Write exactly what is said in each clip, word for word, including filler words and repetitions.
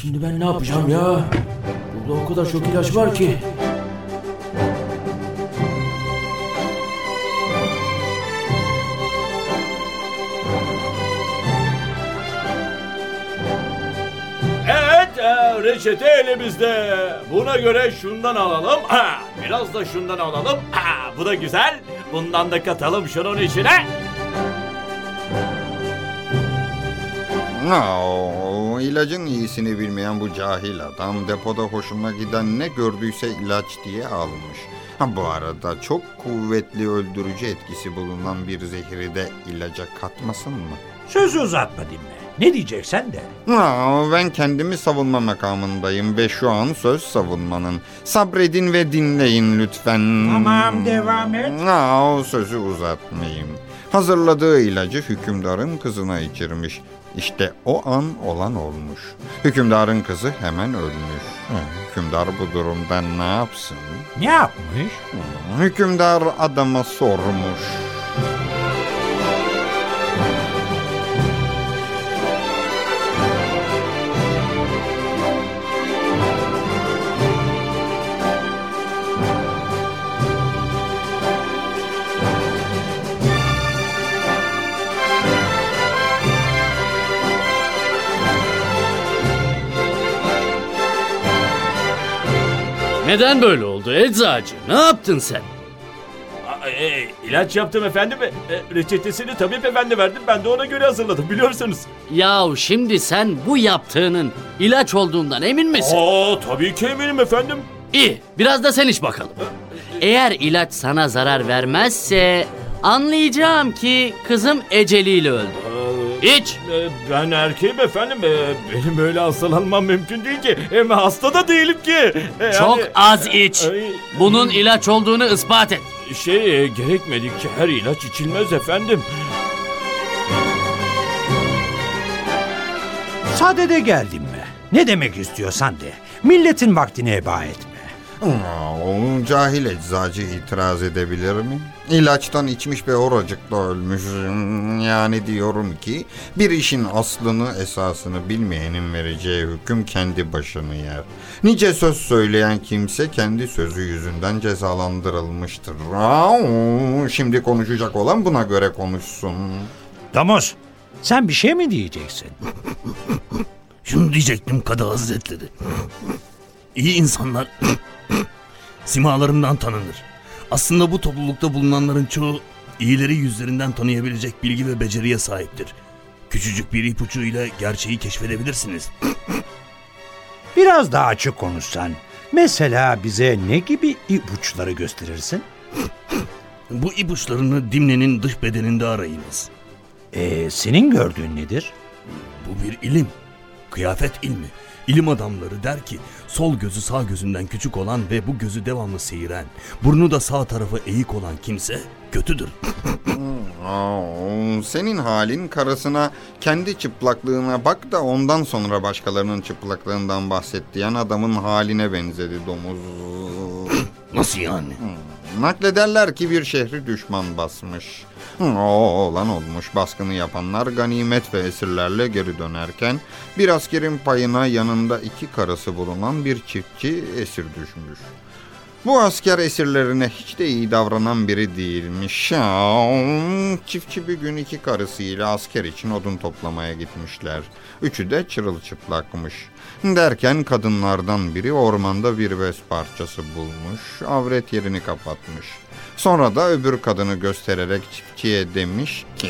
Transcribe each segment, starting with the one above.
Şimdi ben ne yapacağım ya? Burada o kadar çok ilaç var ki. Evet, e, reçete elimizde. Buna göre şundan alalım. Ha, biraz da şundan alalım. Ha, bu da güzel. Bundan da katalım şunun içine. Oo, ilacın iyisini bilmeyen bu cahil adam depoda hoşuna giden ne gördüyse ilaç diye almış. Ha, bu arada çok kuvvetli öldürücü etkisi bulunan bir zehri de ilaca katmasın mı? Sözü uzatma dinle. Ne diyeceksen de. Aa, ben kendimi savunma makamındayım ve şu an söz savunmanın. Sabredin ve dinleyin lütfen. Tamam, devam et. Aa, sözü uzatmayayım. Hazırladığı ilacı hükümdarın kızına içirmiş. İşte o an olan olmuş. Hükümdarın kızı hemen ölmüş. Hükümdar bu durumda ne yapsın? Ne yapmış? Hükümdar adama sormuş. Neden böyle oldu eczacı? Ne yaptın sen? A, e, ilaç yaptım efendim. E, reçetesini tabip efendi verdim. Ben de ona göre hazırladım biliyorsunuz. Yahu şimdi sen bu yaptığının ilaç olduğundan emin misin? Aa, tabii ki eminim efendim. İyi, biraz da sen iç bakalım. Eğer ilaç sana zarar vermezse anlayacağım ki kızım eceliyle öldü. İç. E, ben erkeğim efendim. E, benim öyle hastalanmam mümkün değil ki. Hem hasta da değilim ki. E, Çok yani- az iç. Ay, Bunun ilaç olduğunu ispat et. Şey e, gerekmedikçe her ilaç içilmez efendim. Sadede geldim mi? Ne demek istiyorsan de. Milletin vaktini heba etme. Aa, o cahil eczacı itiraz edebilir mi? İlaçtan içmiş ve oracıkta ölmüş. Yani diyorum ki bir işin aslını esasını bilmeyenin vereceği hüküm kendi başını yer. Nice söz söyleyen kimse kendi sözü yüzünden cezalandırılmıştır. Aa, şimdi konuşacak olan buna göre konuşsun. Domuz, sen bir şey mi diyeceksin? Şunu diyecektim Kadı Hazretleri. İyi insanlar simalarından tanınır. Aslında bu toplulukta bulunanların çoğu iyileri yüzlerinden tanıyabilecek bilgi ve beceriye sahiptir. Küçücük bir ipucuyla gerçeği keşfedebilirsiniz. Biraz daha açık konuşsan. Mesela bize ne gibi ipuçları gösterirsin? Bu ipuçlarını Dimne'nin dış bedeninde arayınız. Ee, senin gördüğün nedir? Bu bir ilim. Kıyafet ilmi. İlim adamları der ki sol gözü sağ gözünden küçük olan ve bu gözü devamlı seyren, burnu da sağ tarafı eğik olan kimse kötüdür. Aa, senin halin karısına kendi çıplaklığına bak da ondan sonra başkalarının çıplaklığından bahset diyen adamın haline benzedi domuz. Nasıl yani? Naklederler ki bir şehri düşman basmış. O olan olmuş. Baskını yapanlar ganimet ve esirlerle geri dönerken bir askerin payına yanında iki karısı bulunan bir çiftçi esir düşmüş. Bu asker esirlerine hiç de iyi davranan biri değilmiş. Çiftçi bir gün iki karısıyla asker için odun toplamaya gitmişler. Üçü de çırılçıplakmış. Derken kadınlardan biri ormanda bir bez parçası bulmuş, avret yerini kapatmış. Sonra da öbür kadını göstererek çiftçiye demiş ki...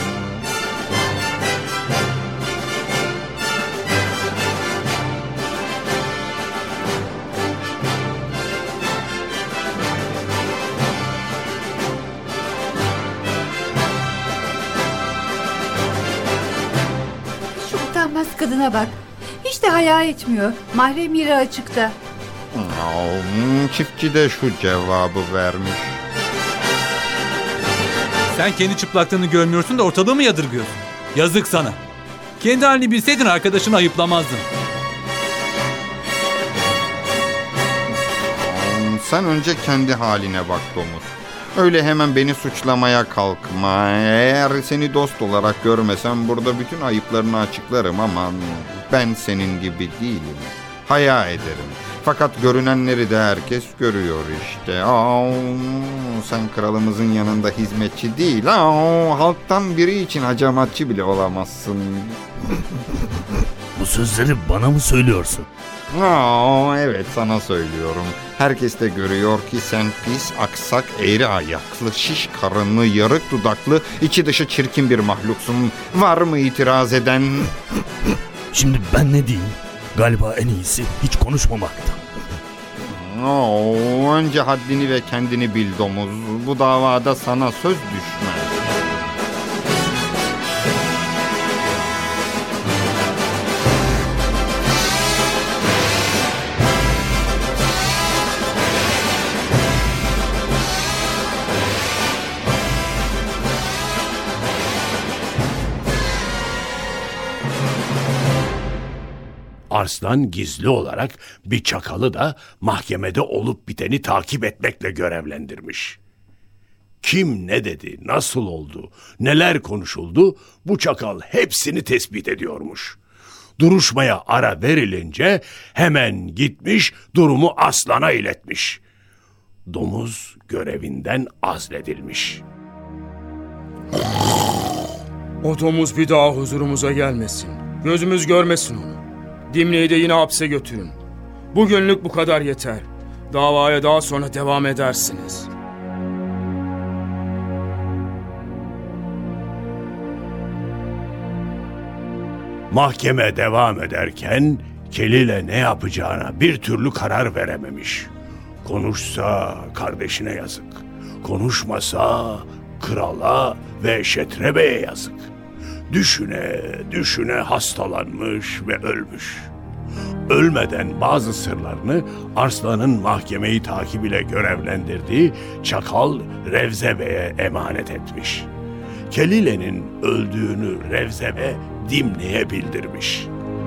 Şu utanmaz kadına bak. Hiç de haya etmiyor. Mahrem yeri açıkta. Çiftçi de şu cevabı vermiş. Sen kendi çıplaklığını görmüyorsun da ortalığı mı yadırgıyorsun? Yazık sana. Kendi halini bilseydin arkadaşını ayıplamazdın. Sen önce kendi haline bak domuz. Öyle hemen beni suçlamaya kalkma. Eğer seni dost olarak görmesem burada bütün ayıplarını açıklarım ama ben senin gibi değilim. Haya ederim. Fakat görünenleri de herkes görüyor işte. Aa, sen kralımızın yanında hizmetçi değil, aa, halktan biri için hacamatçı bile olamazsın. Bu sözleri bana mı söylüyorsun? Aa, evet sana söylüyorum. Herkes de görüyor ki sen pis, aksak, eğri ayaklı, şiş karınlı, yarık dudaklı, içi dışı çirkin bir mahluksun. Var mı itiraz eden? Şimdi ben ne diyeyim? Galiba en iyisi hiç konuşmamakta. Oo, önce haddini ve kendini bil domuz. Bu davada sana söz düşmez. Arslan gizli olarak bir çakalı da mahkemede olup biteni takip etmekle görevlendirmiş. Kim ne dedi, nasıl oldu, neler konuşuldu, bu çakal hepsini tespit ediyormuş. Duruşmaya ara verilince hemen gitmiş, durumu Arslan'a iletmiş. Domuz görevinden azledilmiş. O domuz bir daha huzurumuza gelmesin. Gözümüz görmesin onu. Dimne'yi de yine hapse götürün. Bugünlük bu kadar yeter. Davaya daha sonra devam edersiniz. Mahkeme devam ederken Kelile ne yapacağına bir türlü karar verememiş. Konuşsa kardeşine yazık. Konuşmasa krala ve Şetrebe'ye yazık. Düşüne düşüne hastalanmış ve ölmüş. Ölmeden bazı sırlarını Arslan'ın mahkemeyi takip ile görevlendirdiği çakal Revzebe'ye emanet etmiş. Kelile'nin öldüğünü Revzebe Dimne'ye bildirmiş.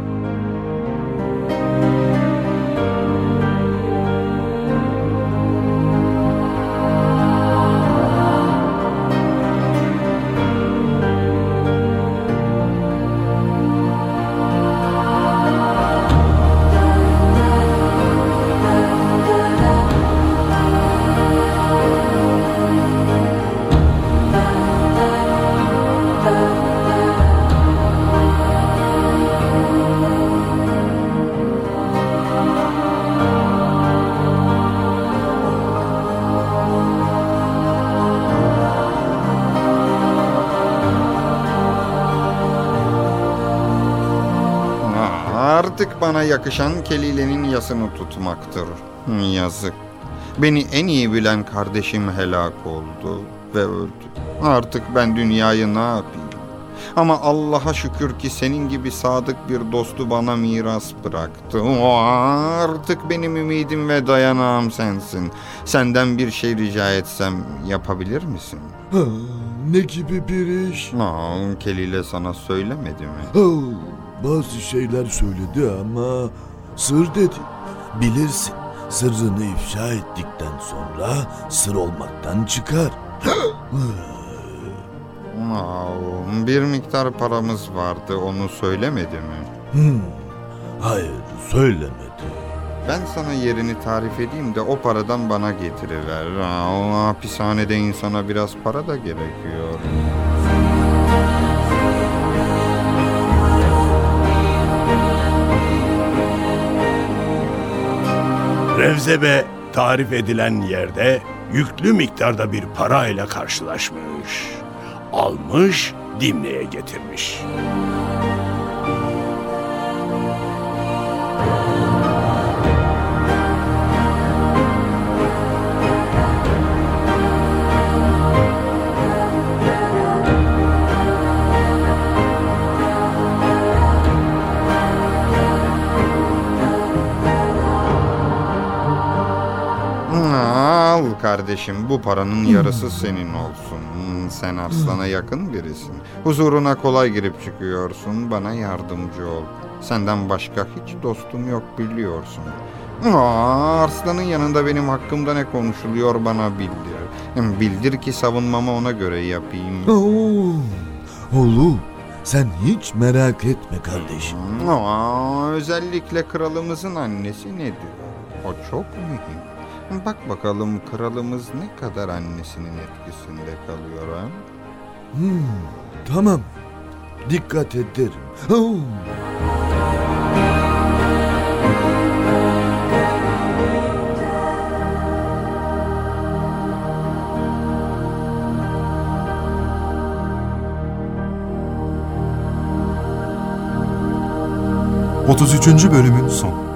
Artık bana yakışan Kelile'nin yasını tutmaktır. Yazık. Beni en iyi bilen kardeşim helak oldu ve öldü. Artık ben dünyayı ne yapayım? Ama Allah'a şükür ki senin gibi sadık bir dostu bana miras bıraktı. O artık benim ümidim ve dayanağım sensin. Senden bir şey rica etsem yapabilir misin? Ha, ne gibi bir iş? Aa, Kelile sana söylemedi mi? Ha, bazı şeyler söyledi ama sır dedi. Bilirsin, sırrını ifşa ettikten sonra sır olmaktan çıkar. Aa, bir miktar paramız vardı, onu söylemedi mi? Hmm, hayır, söylemedi. Ben sana yerini tarif edeyim de o paradan bana getiriver. Aa, o hapishanede insana biraz para da gerekiyor. Revzebe tarif edilen yerde yüklü miktarda bir parayla karşılaşmış. Almış, Dimne'ye getirmiş. Al kardeşim, bu paranın yarısı senin olsun. Sen Arslan'a yakın birisin. Huzuruna kolay girip çıkıyorsun. Bana yardımcı ol. Senden başka hiç dostum yok biliyorsun. Aa, Arslan'ın yanında benim hakkımda ne konuşuluyor bana bildir. Bildir ki savunmamı ona göre yapayım. Oo, oğlum sen hiç merak etme kardeşim. Aa, özellikle kralımızın annesi ne diyor? O çok mühim. Bak bakalım kralımız ne kadar annesinin etkisinde kalıyor ha? Hmm, tamam. Dikkat ederim. Oo. otuz üçüncü bölümün sonu.